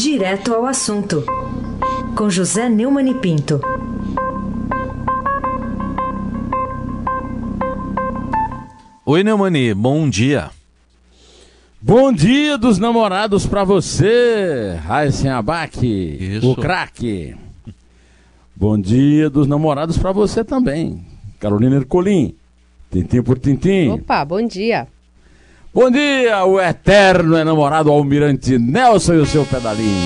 Direto ao assunto, com José Neumann e Pinto. Oi, Neumani, bom dia. Bom dia dos namorados pra você, Raíssen Abac, o craque. Bom dia dos namorados pra você também, Carolina Ercolim, tintim por tintim. Opa, bom dia. Bom dia, o eterno enamorado Almirante Nelson e o seu pedalinho.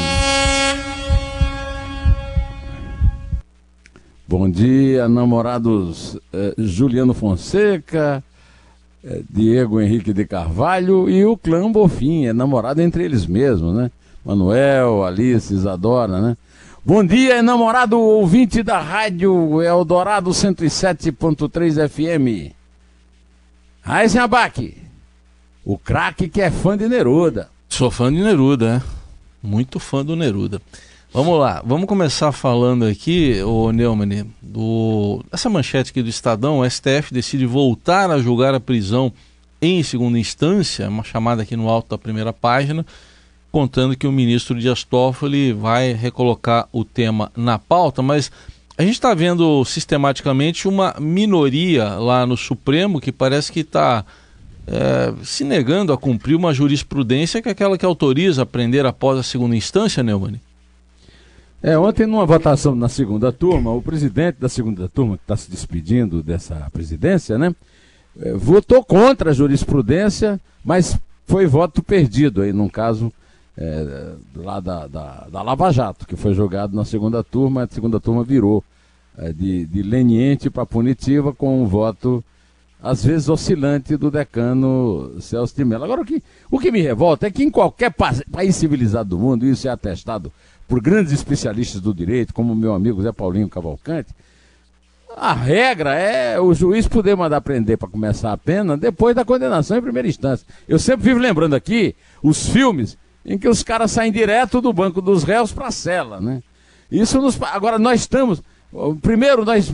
Bom dia, namorados Juliano Fonseca, Diego Henrique de Carvalho e o clã Bofim, é namorado entre eles mesmos, né? Manuel, Alice, Isadora, né? Bom dia, namorado ouvinte da rádio Eldorado 107.3 FM. Raíssen Abac, o craque que é fã de Neruda. Sou fã de Neruda, muito fã do Neruda. Vamos lá, vamos começar falando aqui, ô Neumann, essa manchete aqui do Estadão. O STF decide voltar a julgar a prisão em segunda instância, uma chamada aqui no alto da primeira página, contando que o ministro Dias Toffoli vai recolocar o tema na pauta, mas a gente está vendo sistematicamente uma minoria lá no Supremo que parece que está se negando a cumprir uma jurisprudência que é aquela que autoriza a prender após a segunda instância, Neumann. Ontem, numa votação na segunda turma, o presidente da segunda turma, que está se despedindo dessa presidência, né, votou contra a jurisprudência, mas foi voto perdido aí, num caso lá da Lava Jato, que foi julgado na segunda turma. A segunda turma virou de leniente para punitiva, com um voto às vezes oscilante do decano Celso de Mello. Agora, o que me revolta é que em qualquer país civilizado do mundo, isso é atestado por grandes especialistas do direito, como o meu amigo Zé Paulinho Cavalcante, a regra é o juiz poder mandar prender para começar a pena depois da condenação em primeira instância. Eu sempre vivo lembrando aqui os filmes em que os caras saem direto do banco dos réus para a cela, né? Agora nós estamos... Primeiro nós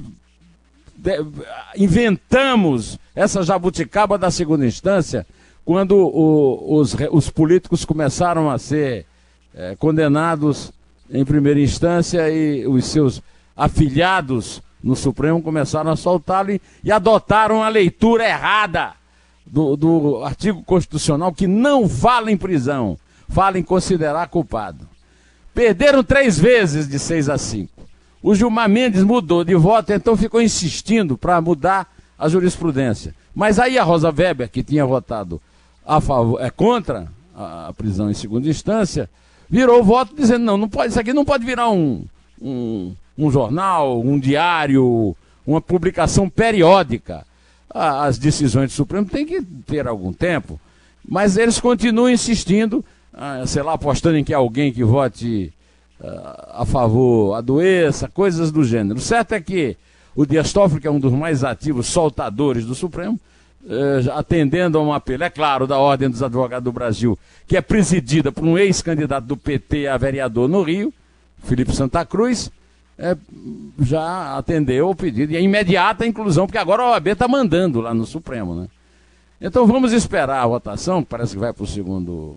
inventamos essa jabuticaba da segunda instância quando os políticos começaram a ser condenados em primeira instância e os seus afilhados no Supremo começaram a soltá-lo e adotaram a leitura errada do artigo constitucional, que não fala em prisão, fala em considerar culpado. Perderam 3 vezes de 6-5. O Gilmar Mendes mudou de voto, então ficou insistindo para mudar a jurisprudência. Mas aí a Rosa Weber, que tinha votado contra a prisão em segunda instância, virou o voto dizendo, não pode, isso aqui não pode virar um jornal, um diário, uma publicação periódica. As decisões do Supremo têm que ter algum tempo, mas eles continuam insistindo, apostando em que alguém que vote a favor adoeça, coisas do gênero. O certo é que o Dias Toffoli, que é um dos mais ativos soltadores do Supremo, atendendo a um apelo, é claro, da Ordem dos Advogados do Brasil, que é presidida por um ex-candidato do PT a vereador no Rio, Felipe Santa Cruz, já atendeu o pedido, e é imediata a inclusão, porque agora a OAB está mandando lá no Supremo, né? Então vamos esperar a votação, que parece que vai para o segundo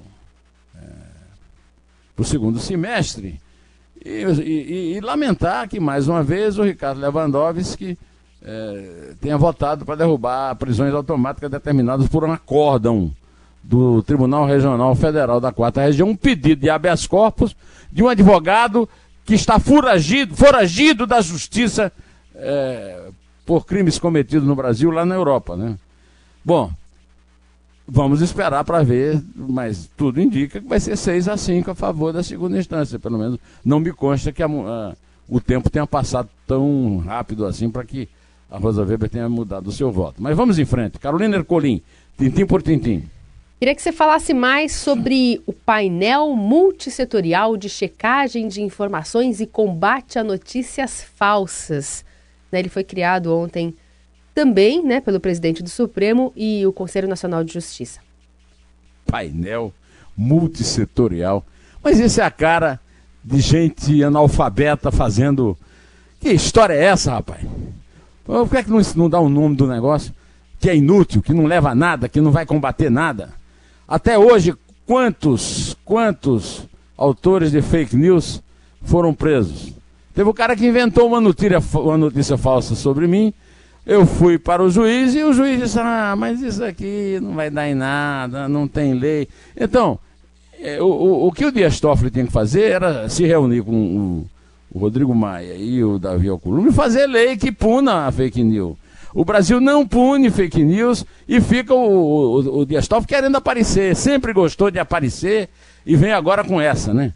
semestre, e lamentar que, mais uma vez, o Ricardo Lewandowski tenha votado para derrubar prisões automáticas determinadas por um acórdão do Tribunal Regional Federal da 4ª Região, um pedido de habeas corpus de um advogado que está foragido da justiça por crimes cometidos no Brasil, lá na Europa, né? Bom, vamos esperar para ver, mas tudo indica que vai ser 6-5 a favor da segunda instância. Pelo menos não me consta que o tempo tenha passado tão rápido assim para que a Rosa Weber tenha mudado o seu voto. Mas vamos em frente. Carolina Ercolim, tintim por tintim. Queria que você falasse mais sobre o painel multissetorial de checagem de informações e combate a notícias falsas. Ele foi criado ontem também, pelo presidente do Supremo e o Conselho Nacional de Justiça. Painel multissetorial. Mas isso é a cara de gente analfabeta fazendo... Que história é essa, rapaz? Por que é que não dá o nome do negócio? Que é inútil, que não leva a nada, que não vai combater nada. Até hoje, quantos autores de fake news foram presos. Teve um cara que inventou uma notícia falsa sobre mim. Eu fui para o juiz e o juiz disse, mas isso aqui não vai dar em nada, não tem lei. Então, o que o Dias Toffoli tinha que fazer era se reunir com o Rodrigo Maia e o Davi Alcolumbre e fazer lei que puna a fake news. O Brasil não pune fake news e fica o Dias Toffoli querendo aparecer, sempre gostou de aparecer e vem agora com essa, né?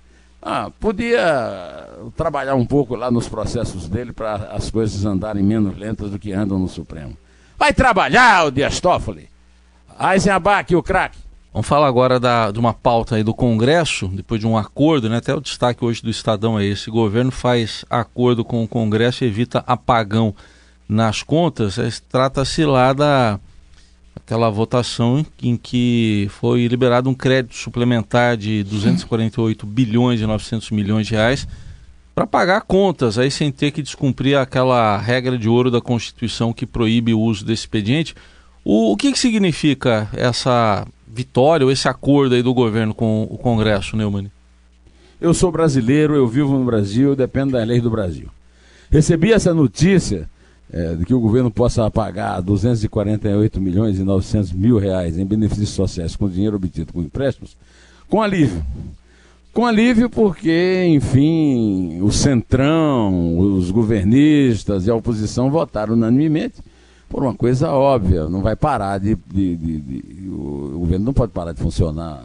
Podia trabalhar um pouco lá nos processos dele para as coisas andarem menos lentas do que andam no Supremo. Vai trabalhar, o Dias Toffoli! Eisenbach, o craque! Vamos falar agora de uma pauta aí do Congresso, depois de um acordo, né? Até o destaque hoje do Estadão é esse: o governo faz acordo com o Congresso e evita apagão nas contas. Trata-se lá daquela votação em que foi liberado um crédito suplementar de 248 bilhões e 900 milhões de reais para pagar contas, aí sem ter que descumprir aquela regra de ouro da Constituição que proíbe o uso desse expediente. O que significa essa vitória ou esse acordo aí do governo com o Congresso, Neumann? Eu sou brasileiro, eu vivo no Brasil, dependo das leis do Brasil. Recebi essa notícia de que o governo possa pagar 248 milhões e 900 mil reais em benefícios sociais com dinheiro obtido com empréstimos, com alívio. Com alívio porque, enfim, o Centrão, os governistas e a oposição votaram unanimemente por uma coisa óbvia. Não vai parar o governo não pode parar de funcionar,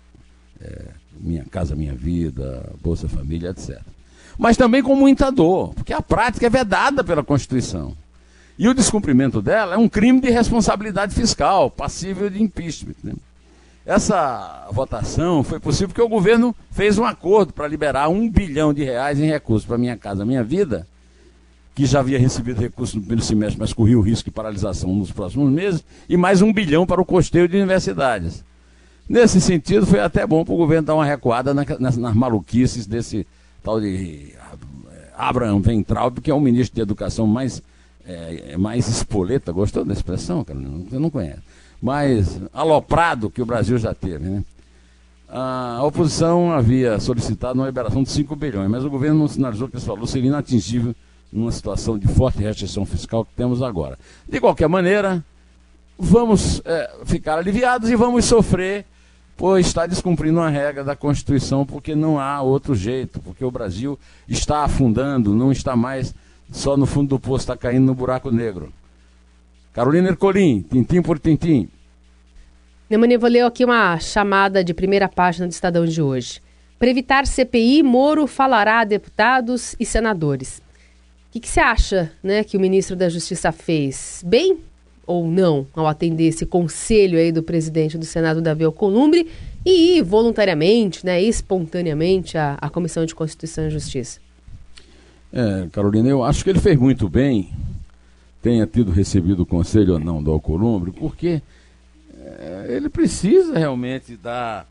Minha Casa Minha Vida, Bolsa Família, etc. Mas também com muita dor, porque a prática é vedada pela Constituição. E o descumprimento dela é um crime de responsabilidade fiscal, passível de impeachment, né? Essa votação foi possível porque o governo fez um acordo para liberar R$1 bilhão em recursos para Minha Casa Minha Vida, que já havia recebido recursos no primeiro semestre, mas corria o risco de paralisação nos próximos meses, e mais R$1 bilhão para o custeio de universidades. Nesse sentido, foi até bom para o governo dar uma recuada nas maluquices desse tal de Abraham Weintraub, que é o ministro de Educação mais espoleta, gostou da expressão, cara? Você não conhece. Mais aloprado que o Brasil já teve, né? A oposição havia solicitado uma liberação de 5 bilhões, mas o governo não sinalizou que esse valor seria inatingível numa situação de forte restrição fiscal que temos agora. De qualquer maneira, vamos ficar aliviados e vamos sofrer por estar descumprindo uma regra da Constituição, porque não há outro jeito, porque o Brasil está afundando, não está mais só no fundo do poço, está caindo no buraco negro. Carolina Ercolim, tintim por tintim. Neumann, vou ler aqui uma chamada de primeira página do Estadão de hoje. Para evitar CPI, Moro falará a deputados e senadores. O que você acha, né, que o ministro da Justiça fez? Bem ou não ao atender esse conselho aí do presidente do Senado, Davi Alcolumbre, e ir voluntariamente, né, espontaneamente à Comissão de Constituição e Justiça? Carolina, eu acho que ele fez muito bem, tenha tido recebido o conselho ou não do Alcolumbre, porque ele precisa realmente dar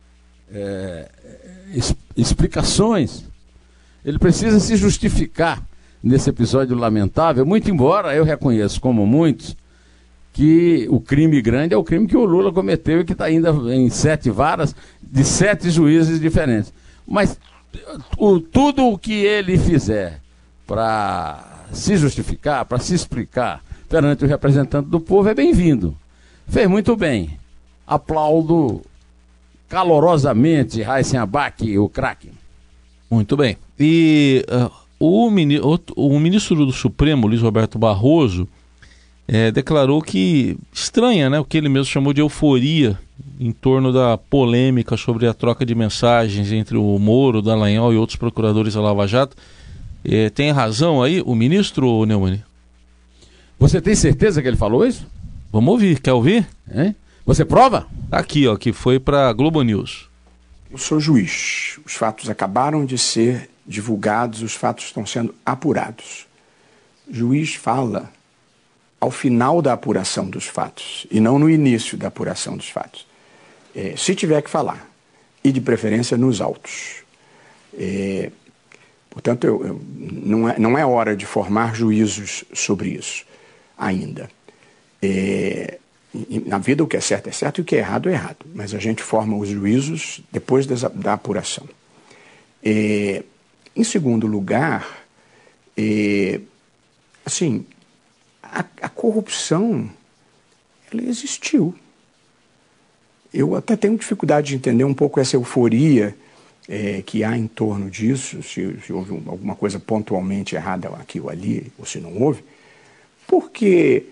explicações, ele precisa se justificar nesse episódio lamentável, muito embora eu reconheço, como muitos, que o crime grande é o crime que o Lula cometeu e que está ainda em 7 varas de 7 juízes diferentes. Mas tudo o que ele fizer para se justificar, para se explicar perante o representante do povo é bem-vindo. Fez muito bem. Aplaudo calorosamente Eisenbach, o craque. Muito bem. E o ministro do Supremo, Luiz Roberto Barroso, declarou que estranha, né, o que ele mesmo chamou de euforia em torno da polêmica sobre a troca de mensagens entre o Moro, o Dallagnol e outros procuradores da Lava Jato. Tem razão aí o ministro, Neumann? Você tem certeza que ele falou isso? Vamos ouvir, quer ouvir? Você prova? Aqui, ó, que foi para a Globo News. Eu sou juiz. Os fatos acabaram de ser divulgados, os fatos estão sendo apurados. O juiz fala ao final da apuração dos fatos e não no início da apuração dos fatos. Se tiver que falar, e de preferência nos autos. Portanto, não é hora de formar juízos sobre isso ainda. Na vida o que é certo e o que é errado, mas a gente forma os juízos depois da apuração. Em segundo lugar, assim, a corrupção, ela existiu. Eu até tenho dificuldade de entender um pouco essa euforia que há em torno disso, se houve alguma coisa pontualmente errada aqui ou ali, ou se não houve, porque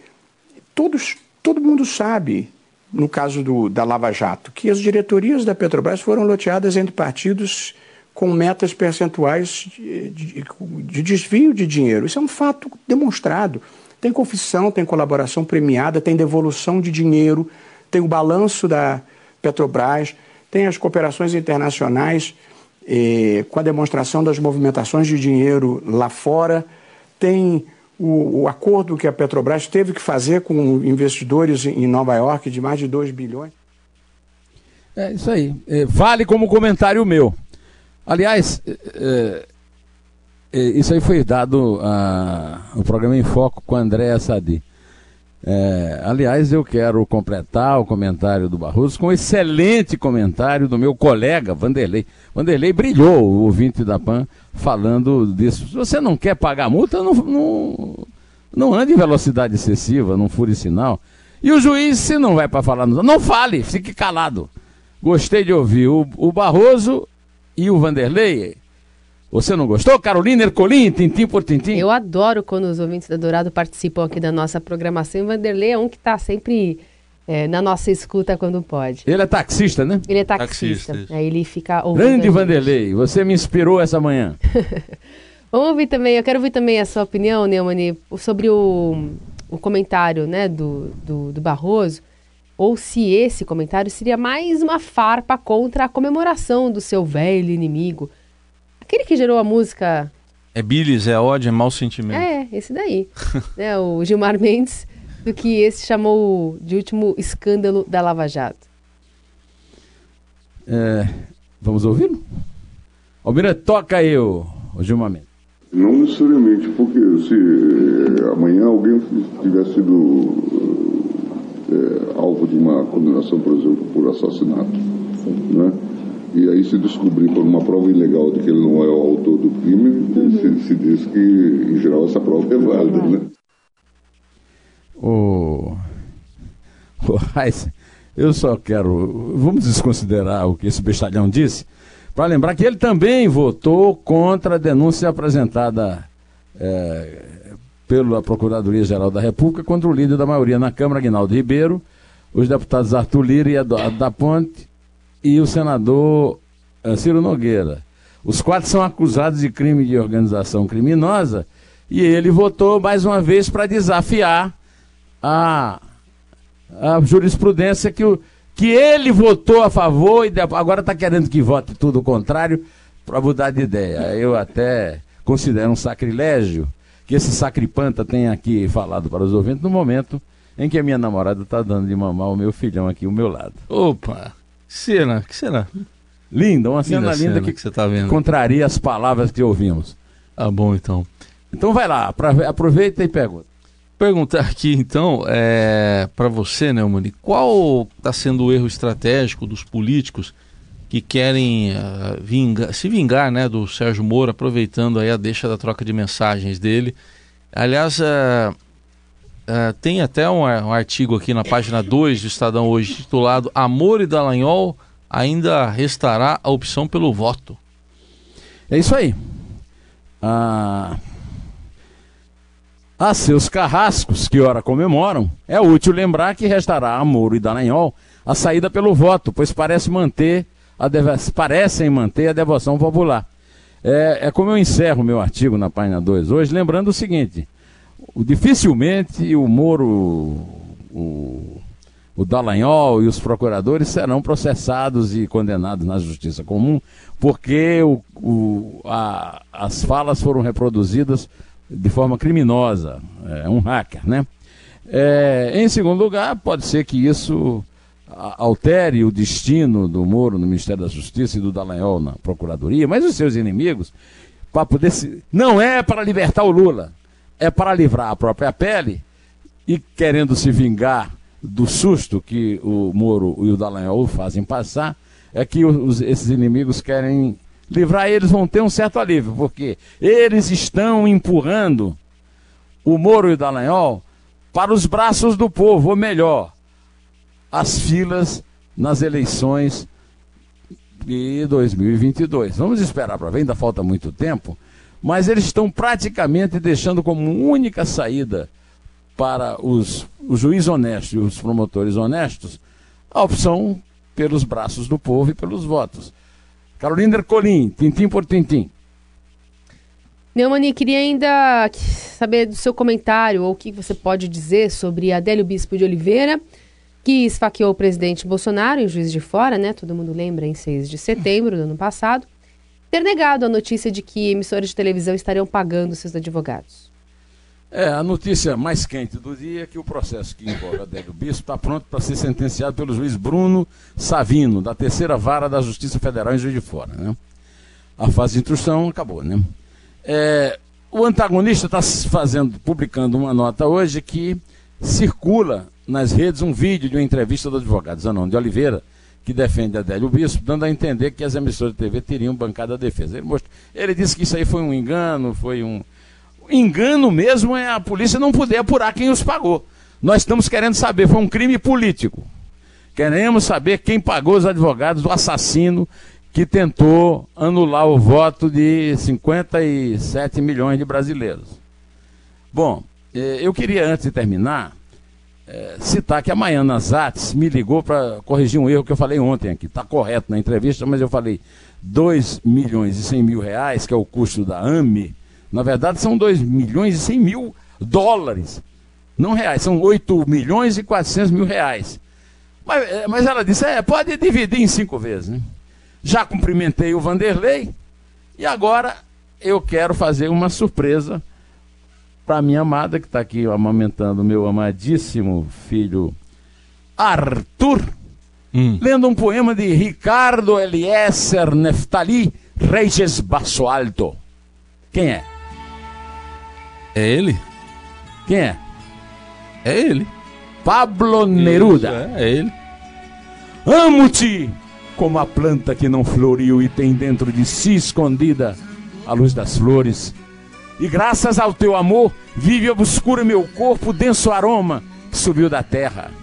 todo mundo sabe, no caso da Lava Jato, que as diretorias da Petrobras foram loteadas entre partidos com metas percentuais de desvio de dinheiro. Isso é um fato demonstrado. Tem confissão, tem colaboração premiada, tem devolução de dinheiro, tem o balanço da Petrobras, tem as cooperações internacionais com a demonstração das movimentações de dinheiro lá fora, tem o acordo que a Petrobras teve que fazer com investidores em Nova York de mais de 2 bilhões. É isso aí. Vale como comentário meu. Aliás, isso aí foi dado ao programa Em Foco com a Andréa Sadi. Aliás, eu quero completar o comentário do Barroso com um excelente comentário do meu colega Vanderlei. Vanderlei brilhou, o ouvinte da PAN, falando disso. Se você não quer pagar multa, não ande em velocidade excessiva, não fure sinal. E o juiz, se não vai para falar, não fale, fique calado. Gostei de ouvir o Barroso e o Vanderlei. Você não gostou? Carolina Ercolim, tintim por tintim? Eu adoro quando os ouvintes da Dourado participam aqui da nossa programação. O Vanderlei é um que está sempre na nossa escuta quando pode. Ele é taxista, né? Ele é taxista. Aí ele fica ouvindo. Grande Vanderlei, você me inspirou essa manhã. Vamos ouvir também, eu quero ouvir também a sua opinião, Neumann, sobre o comentário, né, do Barroso, ou se esse comentário seria mais uma farpa contra a comemoração do seu velho inimigo. Aquele que gerou a música... É bilis, é ódio, é mau sentimento. Esse daí. Né, o Gilmar Mendes, do que esse chamou de último escândalo da Lava Jato. Vamos ouvi-lo? Almirante, toca aí o Gilmar Mendes. Não necessariamente, porque se amanhã alguém tivesse sido alvo de uma condenação, por exemplo, por assassinato, né? E aí se descobrir por uma prova ilegal de que ele não é o autor do crime, se diz que, em geral, essa prova é válida, né? Eu só quero... Vamos desconsiderar o que esse bestalhão disse, para lembrar que ele também votou contra a denúncia apresentada pela Procuradoria-Geral da República contra o líder da maioria na Câmara, Aguinaldo Ribeiro, os deputados Arthur Lira e Eduardo da Ponte, e o senador Ciro Nogueira. Os 4 são acusados de crime de organização criminosa e ele votou mais uma vez para desafiar a jurisprudência que ele votou a favor e agora está querendo que vote tudo o contrário para mudar de ideia. Eu até considero um sacrilégio que esse sacripanta tenha aqui falado para os ouvintes no momento em que a minha namorada está dando de mamar o meu filhão aqui ao meu lado. Opa! Que será? Linda, uma cena linda que você tá vendo. Contraria as palavras que ouvimos. Ah, bom, então. Então vai lá, aproveita e pergunta. Perguntar aqui, então, para você, né, Neumann, qual está sendo o erro estratégico dos políticos que querem se vingar, né, do Sérgio Moro, aproveitando aí a deixa da troca de mensagens dele. Aliás, tem até um artigo aqui na página 2 do Estadão hoje, titulado "Moro e Dallagnol ainda restará a opção pelo voto". É isso aí. A seus carrascos que ora comemoram, é útil lembrar que restará a Moro e Dallagnol a saída pelo voto, pois parecem manter a devoção popular. É como eu encerro meu artigo na página 2 hoje, lembrando o seguinte: dificilmente o Moro, o Dallagnol e os procuradores serão processados e condenados na justiça comum, porque as falas foram reproduzidas de forma criminosa, um hacker, né? Em segundo lugar, pode ser que isso altere o destino do Moro no Ministério da Justiça e do Dallagnol na Procuradoria, mas os seus inimigos, para poder não é para libertar o Lula, é para livrar a própria pele e, querendo se vingar do susto que o Moro e o Dallagnol fazem passar, é que esses inimigos querem livrar, eles vão ter um certo alívio, porque eles estão empurrando o Moro e o Dallagnol para os braços do povo, ou melhor, as filas nas eleições de 2022. Vamos esperar para ver, ainda falta muito tempo, mas eles estão praticamente deixando como única saída para o juiz honesto e os promotores honestos a opção pelos braços do povo e pelos votos. Carolina Ercolim, tintim por tintim. Neumani, queria ainda saber do seu comentário, ou o que você pode dizer sobre Adélio Bispo de Oliveira, que esfaqueou o presidente Bolsonaro em Juiz de Fora, né? Todo mundo lembra, em 6 de setembro do ano passado, ter negado a notícia de que emissoras de televisão estariam pagando seus advogados. A notícia mais quente do dia é que o processo que envolve Adélio Bispo está pronto para ser sentenciado pelo juiz Bruno Savino, da 3ª Vara da Justiça Federal em Juiz de Fora, né? A fase de instrução acabou, né? O antagonista está publicando uma nota hoje que circula nas redes um vídeo de uma entrevista do advogado Zanon de Oliveira, que defende Adélio Bispo, dando a entender que as emissoras de TV teriam bancado a defesa. Ele disse que isso aí foi um engano, engano mesmo é a polícia não poder apurar quem os pagou. Nós estamos querendo saber, foi um crime político. Queremos saber quem pagou os advogados do assassino que tentou anular o voto de 57 milhões de brasileiros. Bom, eu queria, antes de terminar, citar que a Maiana Zatz me ligou para corrigir um erro que eu falei ontem aqui. Está correto na entrevista, mas eu falei 2 milhões e 100 mil reais, que é o custo da AME. Na verdade, são 2 milhões e 100 mil dólares. Não reais, são 8 milhões e 400 mil reais. Mas ela disse, pode dividir em 5 vezes, né? Já cumprimentei o Vanderlei e agora eu quero fazer uma surpresa para a minha amada, que está aqui amamentando o meu amadíssimo filho Arthur, lendo um poema de Ricardo Eliezer Neftali Reis Bassoalto. Quem é? É ele? Quem é? É ele. Pablo Neruda. É ele. Amo-te como a planta que não floriu e tem dentro de si escondida a luz das flores. E graças ao teu amor vive obscuro meu corpo, denso aroma que subiu da terra.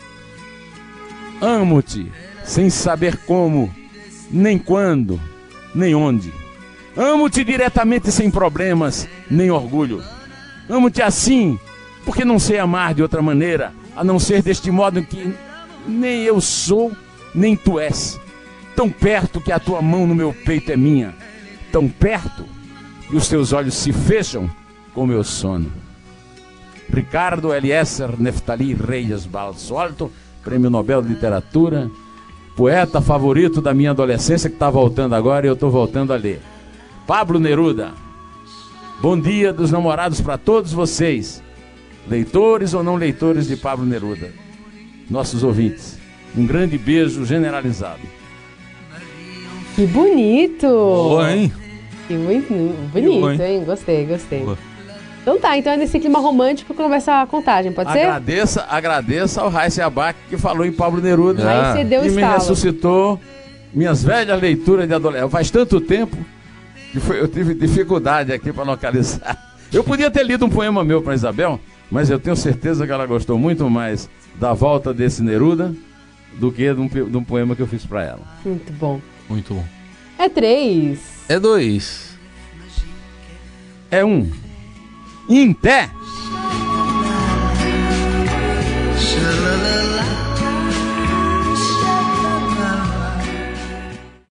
Amo-te sem saber como, nem quando, nem onde. Amo-te diretamente sem problemas, nem orgulho. Amo-te assim, porque não sei amar de outra maneira, a não ser deste modo que nem eu sou, nem tu és. Tão perto que a tua mão no meu peito é minha. Tão perto e os teus olhos se fecham com o meu sono. Ricardo Eliezer Neftali Reis Bassoalto, Prêmio Nobel de Literatura, poeta favorito da minha adolescência, que está voltando agora e eu estou voltando a ler. Pablo Neruda. Bom dia dos namorados para todos vocês, leitores ou não leitores de Pablo Neruda, nossos ouvintes. Um grande beijo generalizado. Que bonito! Boa, hein? Que bonito, hein? Gostei. Boa. Então tá, então é nesse clima romântico que começa a contagem, pode ser? Agradeça ao Raíssa Abac que falou em Pablo Neruda. Aí você deu e me estalo. ressuscitou minhas velhas leituras de adolescente. Faz tanto tempo que eu tive dificuldade aqui para localizar. Eu podia ter lido um poema meu para Isabel, mas eu tenho certeza que ela gostou muito mais da volta desse Neruda do que de um poema que eu fiz para ela. Muito bom. Muito bom. É 3. É 2. É 1. Em pé.